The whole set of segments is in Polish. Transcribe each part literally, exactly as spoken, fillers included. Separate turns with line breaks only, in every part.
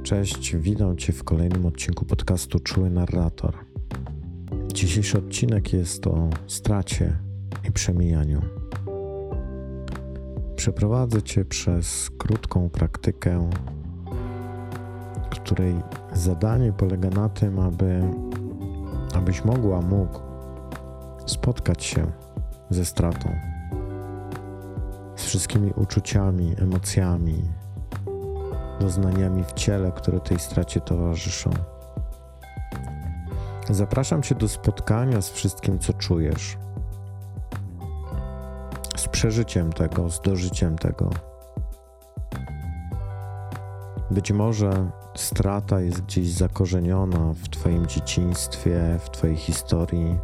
Cześć, witam Cię w kolejnym odcinku podcastu Czuły Narrator. Dzisiejszy odcinek jest o stracie i przemijaniu. Przeprowadzę Cię przez krótką praktykę, której zadanie polega na tym, aby, abyś mogła, mógł spotkać się ze stratą, z wszystkimi uczuciami, emocjami, doznaniami w ciele, które tej stracie towarzyszą. Zapraszam Cię do spotkania z wszystkim, co czujesz, z przeżyciem tego, z dożyciem tego. Być może strata jest gdzieś zakorzeniona w Twoim dzieciństwie, w Twojej historii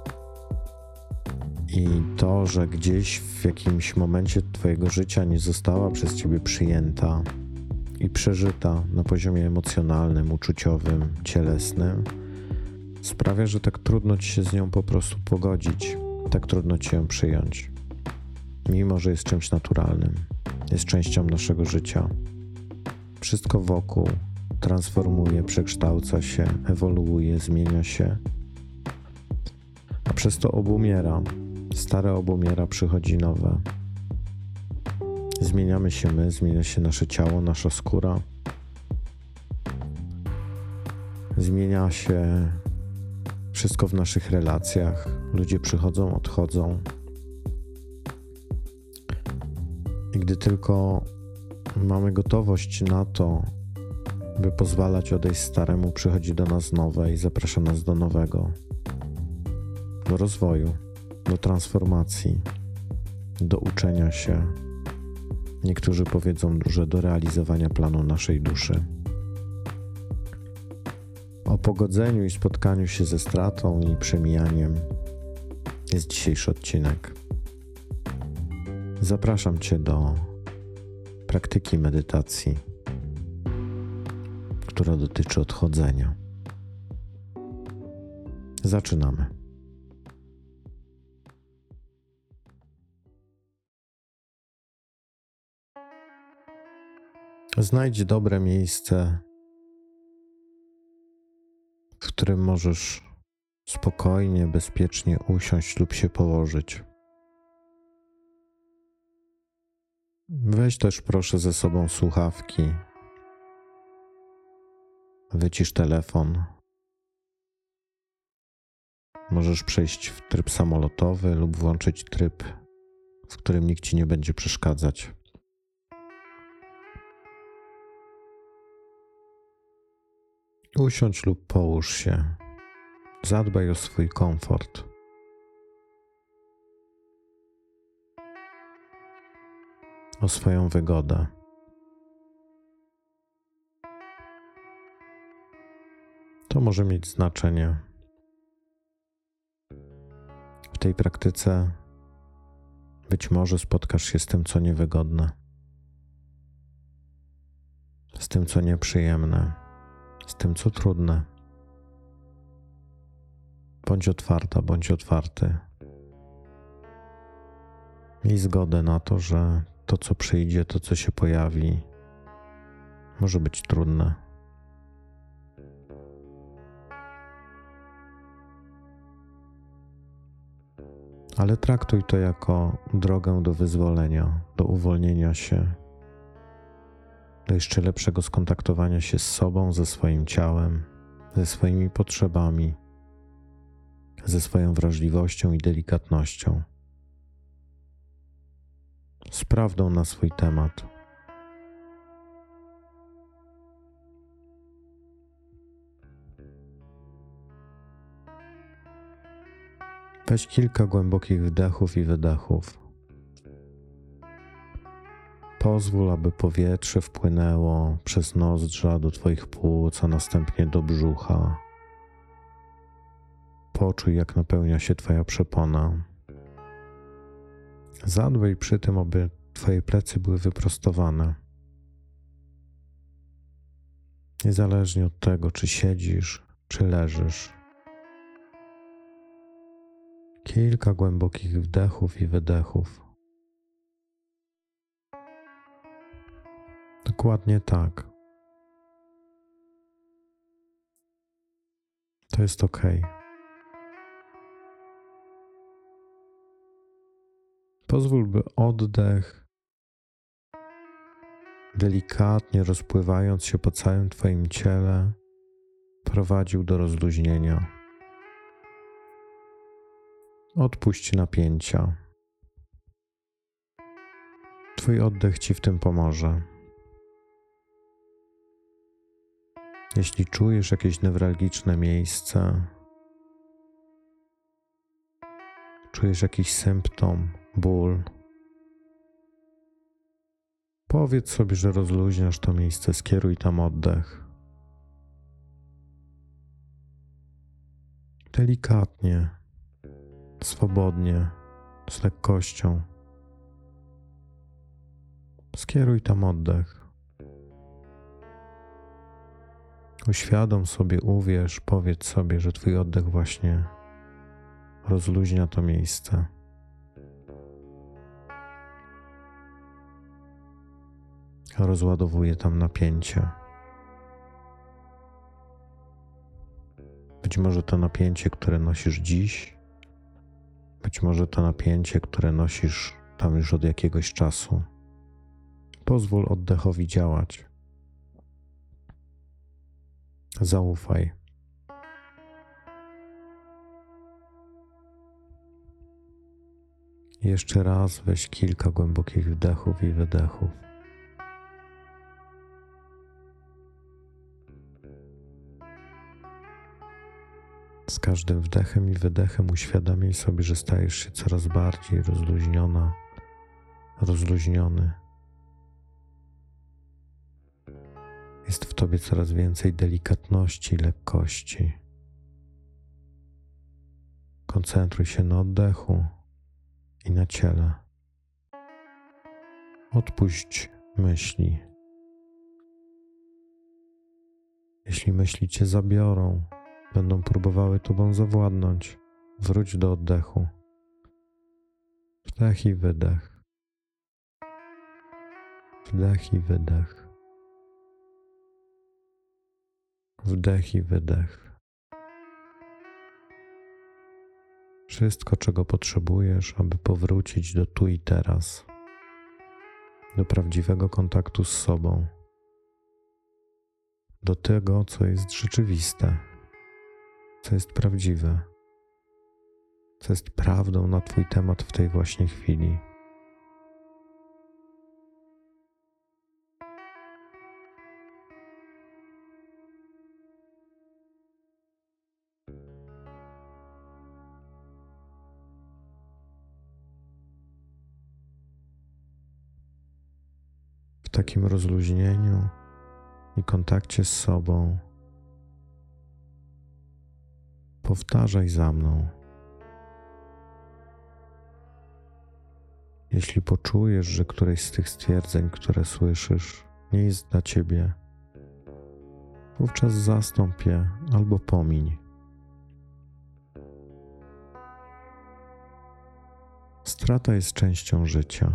i to, że gdzieś w jakimś momencie Twojego życia nie została przez Ciebie przyjęta i przeżyta na poziomie emocjonalnym, uczuciowym, cielesnym, sprawia, że tak trudno Ci się z nią po prostu pogodzić, tak trudno Ci ją przyjąć. Mimo że jest czymś naturalnym, jest częścią naszego życia. Wszystko wokół transformuje, przekształca się, ewoluuje, zmienia się, a przez to obumiera. Stare obumiera, przychodzi nowe. Zmieniamy się my, zmienia się nasze ciało, nasza skóra. Zmienia się wszystko w naszych relacjach. Ludzie przychodzą, odchodzą. I gdy tylko mamy gotowość na to, by pozwalać odejść staremu, przychodzi do nas nowe i zaprasza nas do nowego. Do rozwoju, do transformacji, do uczenia się. Niektórzy powiedzą, że do realizowania planu naszej duszy. O pogodzeniu i spotkaniu się ze stratą i przemijaniem jest dzisiejszy odcinek. Zapraszam Cię do praktyki medytacji, która dotyczy odchodzenia. Zaczynamy. Znajdź dobre miejsce, w którym możesz spokojnie, bezpiecznie usiąść lub się położyć. Weź też proszę ze sobą słuchawki. Wycisz telefon. Możesz przejść w tryb samolotowy lub włączyć tryb, w którym nikt Ci nie będzie przeszkadzać. Usiądź lub połóż się. Zadbaj o swój komfort. O swoją wygodę. To może mieć znaczenie. W tej praktyce być może spotkasz się z tym, co niewygodne, z tym, co nieprzyjemne, z tym, co trudne. Bądź otwarta, bądź otwarty. Miej zgodę na to, że to, co przyjdzie, to, co się pojawi, może być trudne. Ale traktuj to jako drogę do wyzwolenia, do uwolnienia się, do jeszcze lepszego skontaktowania się z sobą, ze swoim ciałem, ze swoimi potrzebami, ze swoją wrażliwością i delikatnością, z prawdą na swój temat. Weź kilka głębokich wdechów i wydechów. Pozwól, aby powietrze wpłynęło przez nozdrza do Twoich płuc, a następnie do brzucha. Poczuj, jak napełnia się Twoja przepona. Zadbaj przy tym, aby Twoje plecy były wyprostowane. Niezależnie od tego, czy siedzisz, czy leżysz. Kilka głębokich wdechów i wydechów. Dokładnie tak. To jest ok. Pozwól, by oddech, delikatnie rozpływając się po całym Twoim ciele, prowadził do rozluźnienia. Odpuść napięcia. Twój oddech Ci w tym pomoże. Jeśli czujesz jakieś newralgiczne miejsce, czujesz jakiś symptom, ból, powiedz sobie, że rozluźniasz to miejsce, skieruj tam oddech. Delikatnie, swobodnie, z lekkością. Skieruj tam oddech. Uświadom sobie, uwierz, powiedz sobie, że Twój oddech właśnie rozluźnia to miejsce. Rozładowuje tam napięcie. Być może to napięcie, które nosisz dziś, być może to napięcie, które nosisz tam już od jakiegoś czasu. Pozwól oddechowi działać. Zaufaj. Jeszcze raz weź kilka głębokich wdechów i wydechów. Z każdym wdechem i wydechem uświadamiaj sobie, że stajesz się coraz bardziej rozluźniona, rozluźniony. Jest w Tobie coraz więcej delikatności i lekkości. Koncentruj się na oddechu i na ciele. Odpuść myśli. Jeśli myśli Cię zabiorą, będą próbowały Tobą zawładnąć, wróć do oddechu. Wdech i wydech. Wdech i wydech. Wdech i wydech. Wszystko, czego potrzebujesz, aby powrócić do tu i teraz, do prawdziwego kontaktu z sobą, do tego, co jest rzeczywiste, co jest prawdziwe, co jest prawdą na Twój temat w tej właśnie chwili. W takim rozluźnieniu i kontakcie z sobą powtarzaj za mną. Jeśli poczujesz, że któreś z tych stwierdzeń, które słyszysz, nie jest dla Ciebie, wówczas zastąp je albo pomiń. Strata jest częścią życia.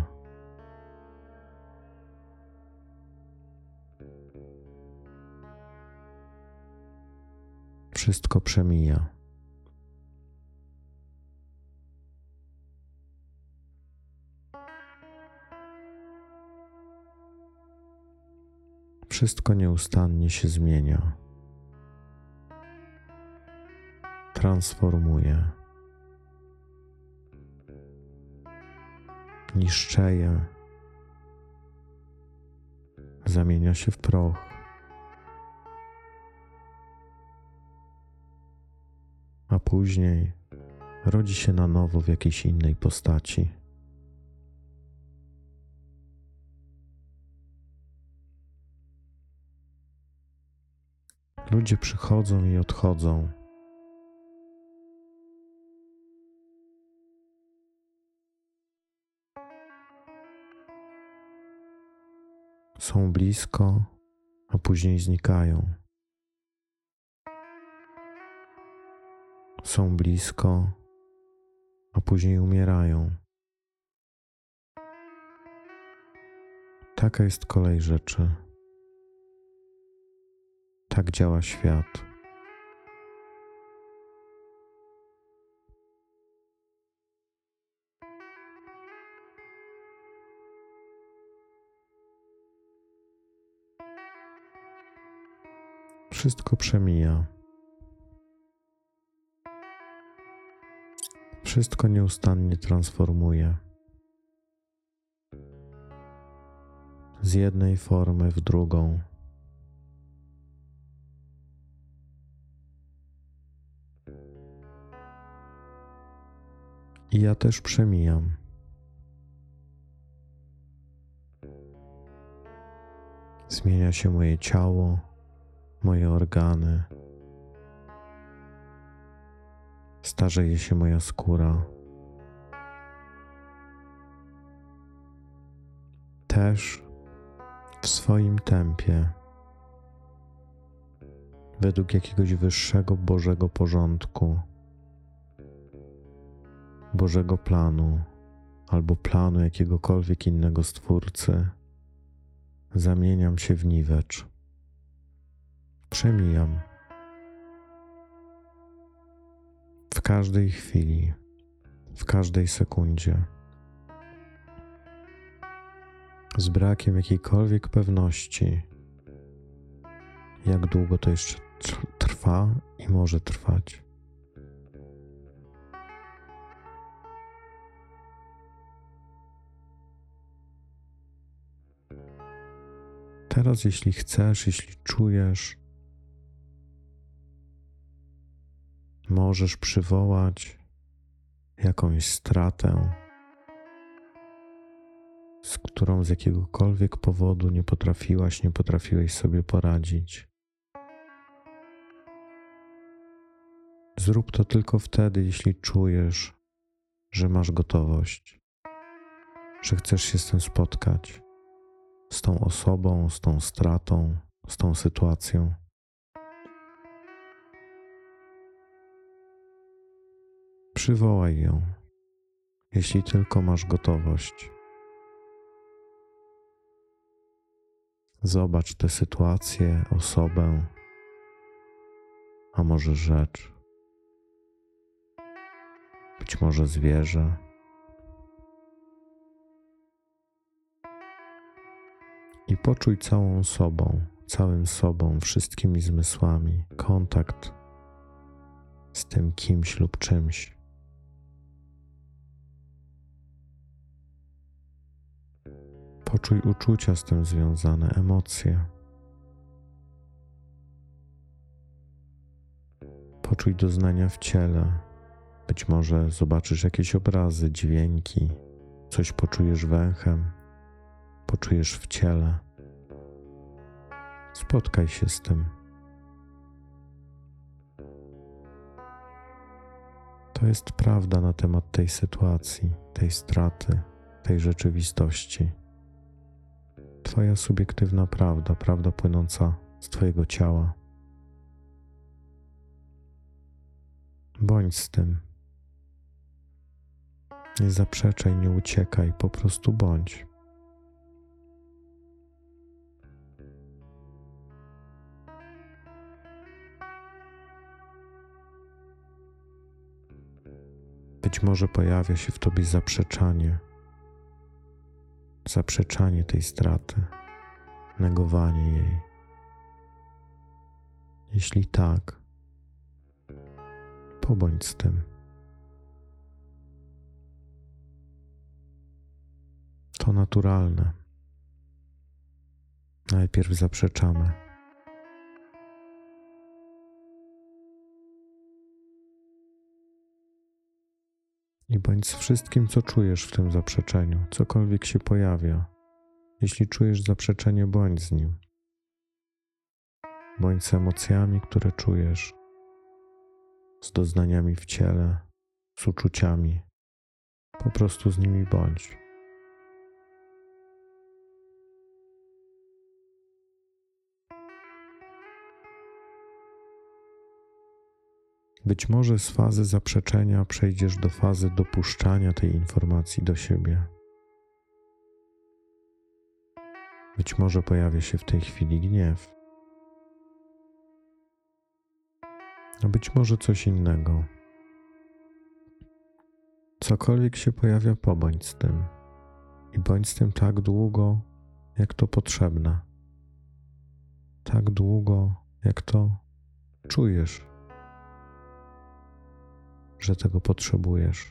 Wszystko przemija. Wszystko nieustannie się zmienia. Transformuje. Niszczeje. Zamienia się w proch. A później rodzi się na nowo w jakiejś innej postaci. Ludzie przychodzą i odchodzą. Są blisko, a później znikają. Są blisko, a później umierają. Taka jest kolej rzeczy. Tak działa świat. Wszystko przemija. Wszystko nieustannie transformuje. Z jednej formy w drugą. I ja też przemijam. Zmienia się moje ciało, moje organy. Starzeje się moja skóra. Też w swoim tempie, według jakiegoś wyższego Bożego porządku, Bożego planu albo planu jakiegokolwiek innego Stwórcy, zamieniam się w niwecz. Przemijam. W każdej chwili, w każdej sekundzie. Z brakiem jakiejkolwiek pewności, jak długo to jeszcze trwa i może trwać. Teraz, jeśli chcesz, jeśli czujesz, możesz przywołać jakąś stratę, z którą z jakiegokolwiek powodu nie potrafiłaś, nie potrafiłeś sobie poradzić. Zrób to tylko wtedy, jeśli czujesz, że masz gotowość, że chcesz się z tym spotkać, z tą osobą, z tą stratą, z tą sytuacją. Przywołaj ją, jeśli tylko masz gotowość. Zobacz tę sytuację, osobę, a może rzecz, być może zwierzę. I poczuj całą sobą, całym sobą, wszystkimi zmysłami, kontakt z tym kimś lub czymś. Poczuj uczucia z tym związane, emocje. Poczuj doznania w ciele. Być może zobaczysz jakieś obrazy, dźwięki, coś poczujesz węchem, poczujesz w ciele. Spotkaj się z tym. To jest prawda na temat tej sytuacji, tej straty, tej rzeczywistości. Twoja subiektywna prawda, prawda płynąca z Twojego ciała. Bądź z tym. Nie zaprzeczaj, nie uciekaj, po prostu bądź. Być może pojawia się w Tobie zaprzeczanie, zaprzeczanie tej straty, negowanie jej. Jeśli tak, pobądź z tym. To naturalne. Najpierw zaprzeczamy. I bądź z wszystkim, co czujesz w tym zaprzeczeniu, cokolwiek się pojawia. Jeśli czujesz zaprzeczenie, bądź z nim. Bądź z emocjami, które czujesz, z doznaniami w ciele, z uczuciami. Po prostu z nimi bądź. Być może z fazy zaprzeczenia przejdziesz do fazy dopuszczania tej informacji do siebie. Być może pojawia się w tej chwili gniew. A być może coś innego. Cokolwiek się pojawia, pobądź z tym. I bądź z tym tak długo, jak to potrzebne. Tak długo, jak to czujesz, że tego potrzebujesz.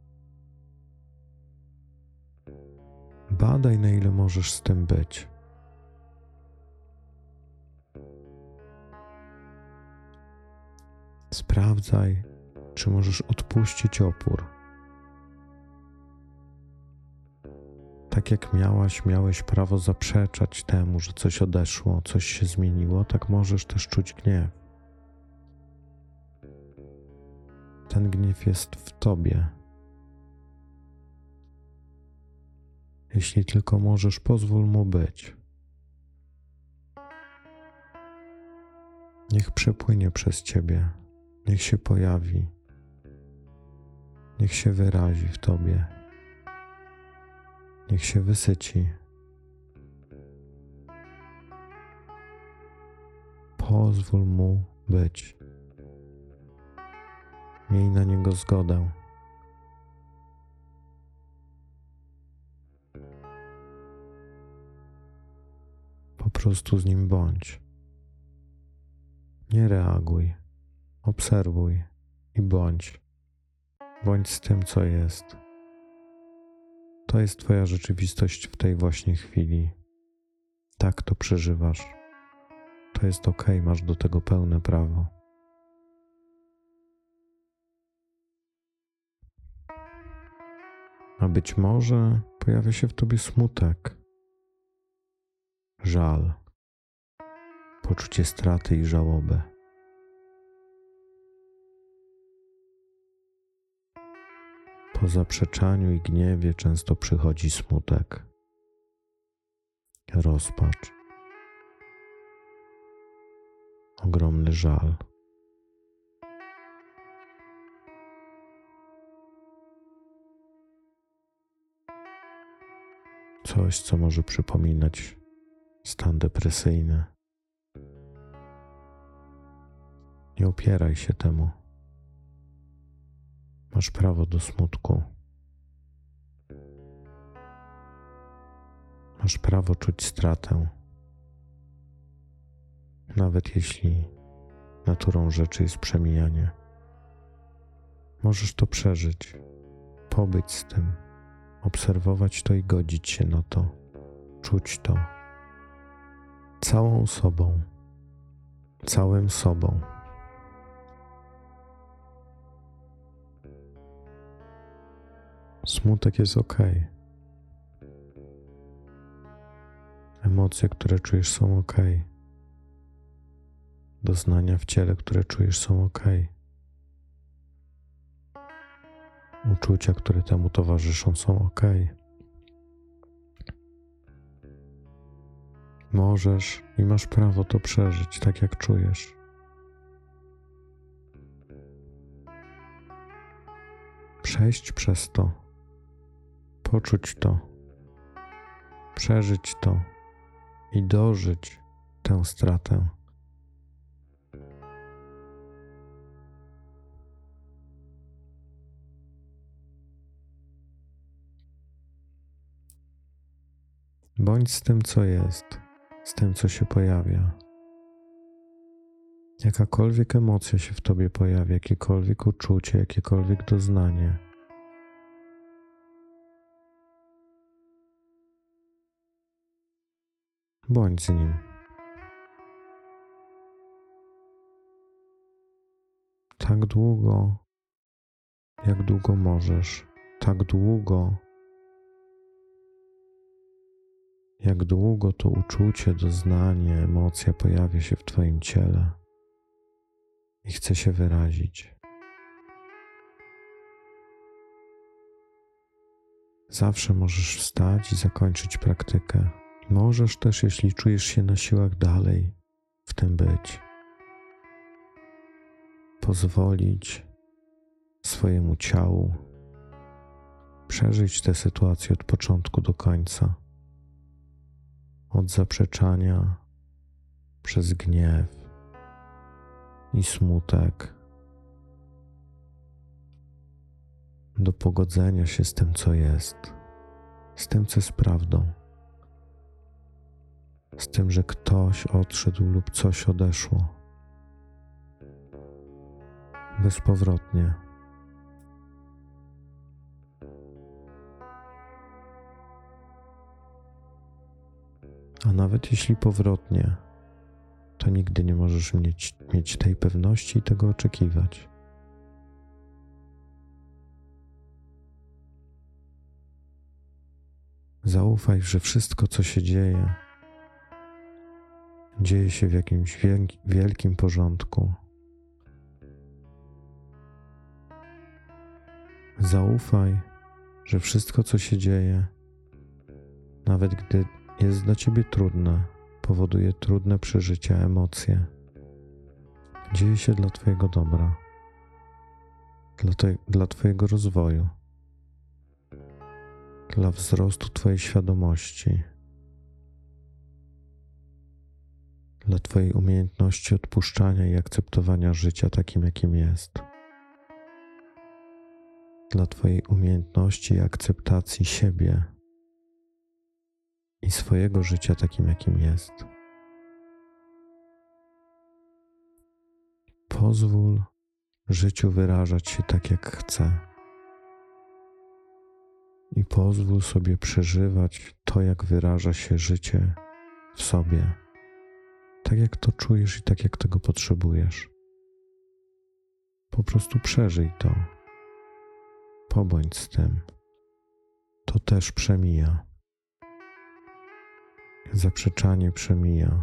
Badaj, na ile możesz z tym być. Sprawdzaj, czy możesz odpuścić opór. Tak jak miałaś, miałeś prawo zaprzeczać temu, że coś odeszło, coś się zmieniło, tak możesz też czuć gniew. Ten gniew jest w tobie. Jeśli tylko możesz, pozwól mu być. Niech przepłynie przez ciebie, niech się pojawi, niech się wyrazi w tobie, niech się wysyci. Pozwól mu być. Miej na niego zgodę. Po prostu z nim bądź. Nie reaguj, obserwuj i bądź. Bądź z tym, co jest. To jest twoja rzeczywistość w tej właśnie chwili. Tak to przeżywasz. To jest okej, masz do tego pełne prawo. A być może pojawia się w tobie smutek, żal, poczucie straty i żałoby. Po zaprzeczaniu i gniewie często przychodzi smutek, rozpacz, ogromny żal. Coś, co może przypominać stan depresyjny. Nie opieraj się temu. Masz prawo do smutku. Masz prawo czuć stratę. Nawet jeśli naturą rzeczy jest przemijanie. Możesz to przeżyć, pobyć z tym, obserwować to i godzić się na to, czuć to. Całą sobą, całym sobą. Smutek jest okej. Emocje, które czujesz, są okej. Doznania w ciele, które czujesz, są okej. Uczucia, które temu towarzyszą, są okej. Możesz i masz prawo to przeżyć tak, jak czujesz. Przejść przez to, poczuć to, przeżyć to i dożyć tę stratę. Bądź z tym, co jest, z tym, co się pojawia. Jakakolwiek emocja się w tobie pojawia, jakiekolwiek uczucie, jakiekolwiek doznanie. Bądź z nim. Tak długo, jak długo możesz, tak długo, jak długo to uczucie, doznanie, emocja pojawia się w twoim ciele i chce się wyrazić. Zawsze możesz wstać i zakończyć praktykę. Możesz też, jeśli czujesz się na siłach, dalej w tym być. Pozwolić swojemu ciału przeżyć tę sytuację od początku do końca. Od zaprzeczania przez gniew i smutek do pogodzenia się z tym, co jest, z tym, co jest prawdą, z tym, że ktoś odszedł lub coś odeszło. bezpowrotnie. A nawet jeśli powrotnie, to nigdy nie możesz mieć, mieć tej pewności i tego oczekiwać. Zaufaj, że wszystko, co się dzieje, dzieje się w jakimś wielkim porządku. Zaufaj, że wszystko, co się dzieje, nawet gdy jest dla ciebie trudne, powoduje trudne przeżycia, emocje, dzieje się dla twojego dobra, dla, te, dla twojego rozwoju, dla wzrostu twojej świadomości, dla twojej umiejętności odpuszczania i akceptowania życia takim, jakim jest, dla twojej umiejętności i akceptacji siebie i swojego życia takim, jakim jest. Pozwól życiu wyrażać się tak, jak chce. I pozwól sobie przeżywać to, jak wyraża się życie w sobie. Tak, jak to czujesz i tak, jak tego potrzebujesz. Po prostu przeżyj to. Pobądź z tym. To też przemija. Zaprzeczanie przemija.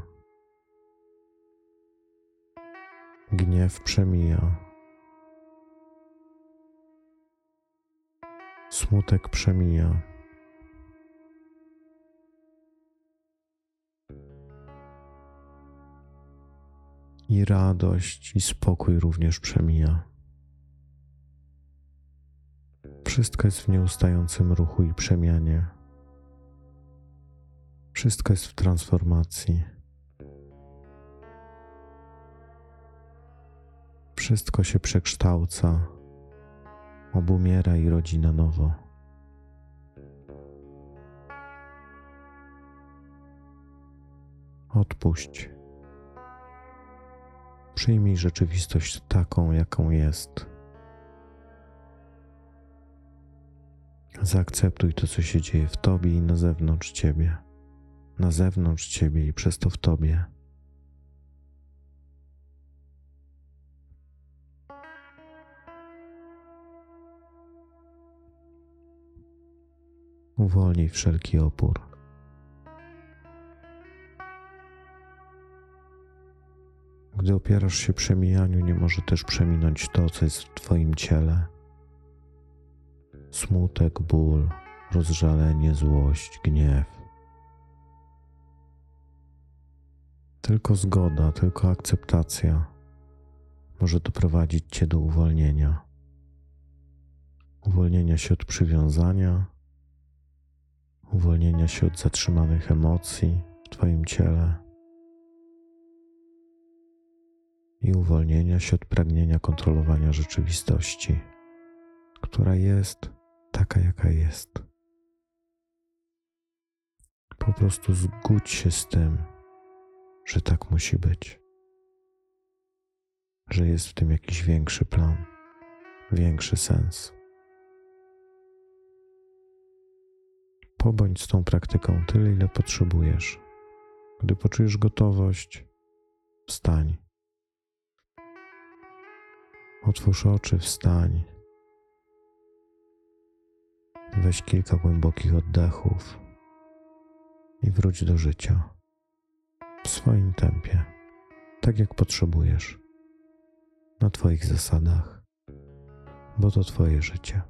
Gniew przemija. Smutek przemija. I radość i spokój również przemija. Wszystko jest w nieustającym ruchu i przemianie. Wszystko jest w transformacji. Wszystko się przekształca, obumiera i rodzi na nowo. Odpuść. Przyjmij rzeczywistość taką, jaką jest. Zaakceptuj to, co się dzieje w tobie i na zewnątrz ciebie. Na zewnątrz ciebie i przez to w tobie. Uwolnij wszelki opór. Gdy opierasz się przemijaniu, nie może też przeminąć to, co jest w twoim ciele. Smutek, ból, rozżalenie, złość, gniew. Tylko zgoda, tylko akceptacja może doprowadzić cię do uwolnienia. Uwolnienia się od przywiązania, uwolnienia się od zatrzymanych emocji w twoim ciele i uwolnienia się od pragnienia kontrolowania rzeczywistości, która jest taka, jaka jest. Po prostu zgódź się z tym, że tak musi być, że jest w tym jakiś większy plan, większy sens. Pobądź z tą praktyką tyle, ile potrzebujesz. Gdy poczujesz gotowość, wstań. Otwórz oczy, wstań. Weź kilka głębokich oddechów i wróć do życia w swoim tempie, tak jak potrzebujesz, na twoich zasadach, bo to twoje życie.